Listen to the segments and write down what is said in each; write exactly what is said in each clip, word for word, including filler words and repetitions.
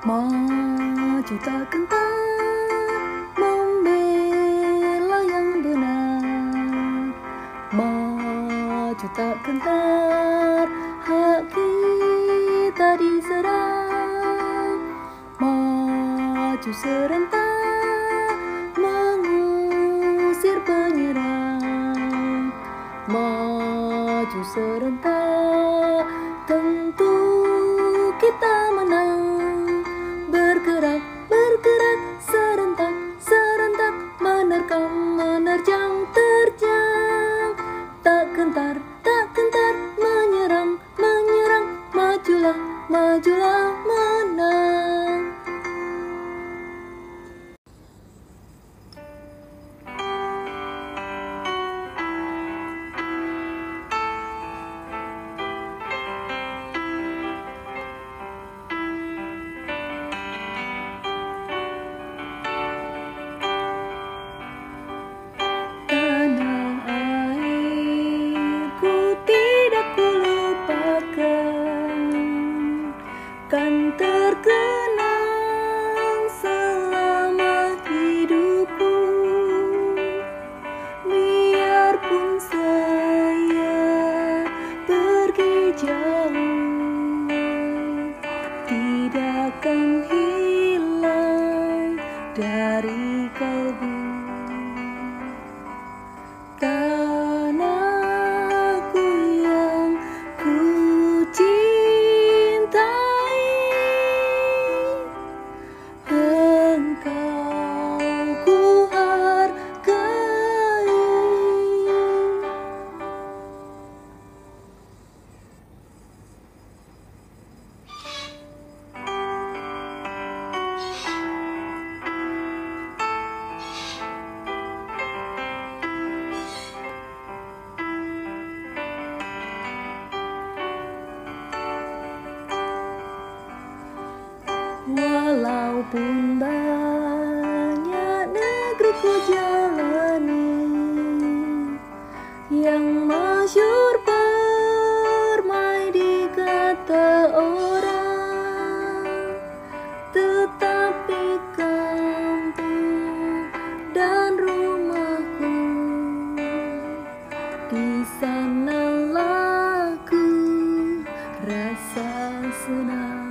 Maju tak gentar, membela yang benar. Maju tak gentar, hak kita diserang. Maju serentak, mengusir penyerang. Maju serentak, tentu kita menang. Bergerak, bergerak, serentak, serentak, menerkam, menerjang, terjang. Tak gentar, tak gentar, menyerang, menyerang, majulah, majulah, menang. Kan terkenang selama hidupku, biarpun saya pergi jauh, tidak akan hilang dari kalbu. Tanahku yang ku walaupun banyak negeri ku jalani, yang masyhur permai di kata orang, tetapi kampung dan rumahku, di sanalah ku rasa senang.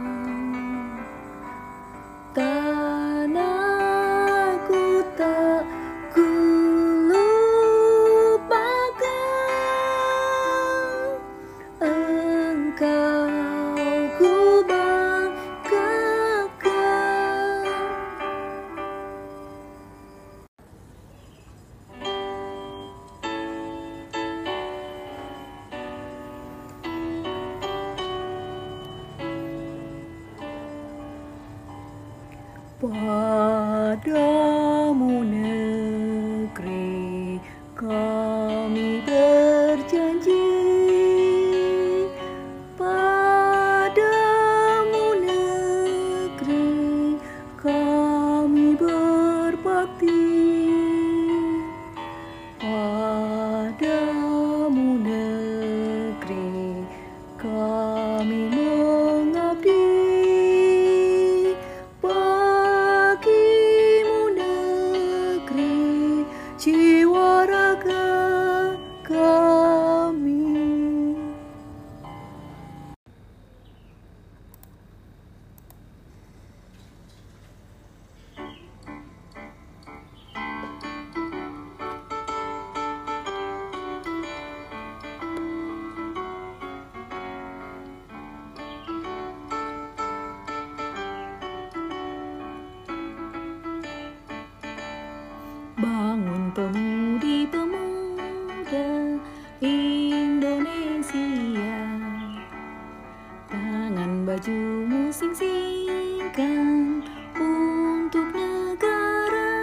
Tanahku tak ku lupakan, engkau ku banggakan. Padamu negeri kami berjanji, padamu negeri kami berbakti, padamu negeri kami mengabdi. Jiwa raga kami. Bangun pemudi-pemuda Indonesia, tangan bajumu sing-singkan untuk negara.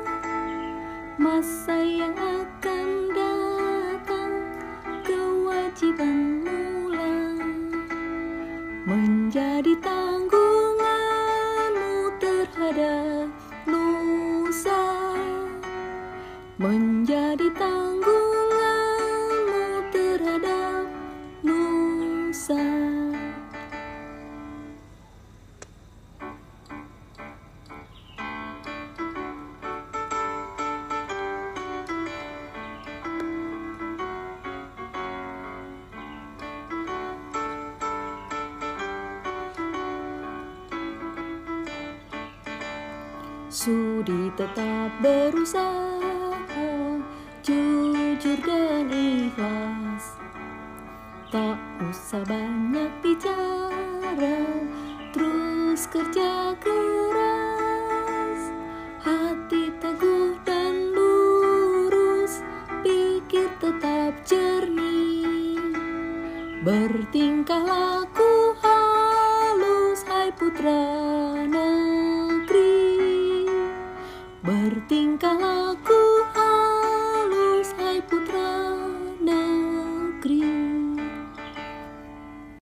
Masa yang akan datang, kewajiban mula menjadi tanggunganmu terhadap nusa, menjadi tanggunganmu terhadap nusa. Sudi tetap berusaha, jujur dan ikhlas. Tak usah banyak bicara, terus kerja keras. Hati teguh dan lurus, pikir tetap jernih. Bertingkah laku halus, hai putra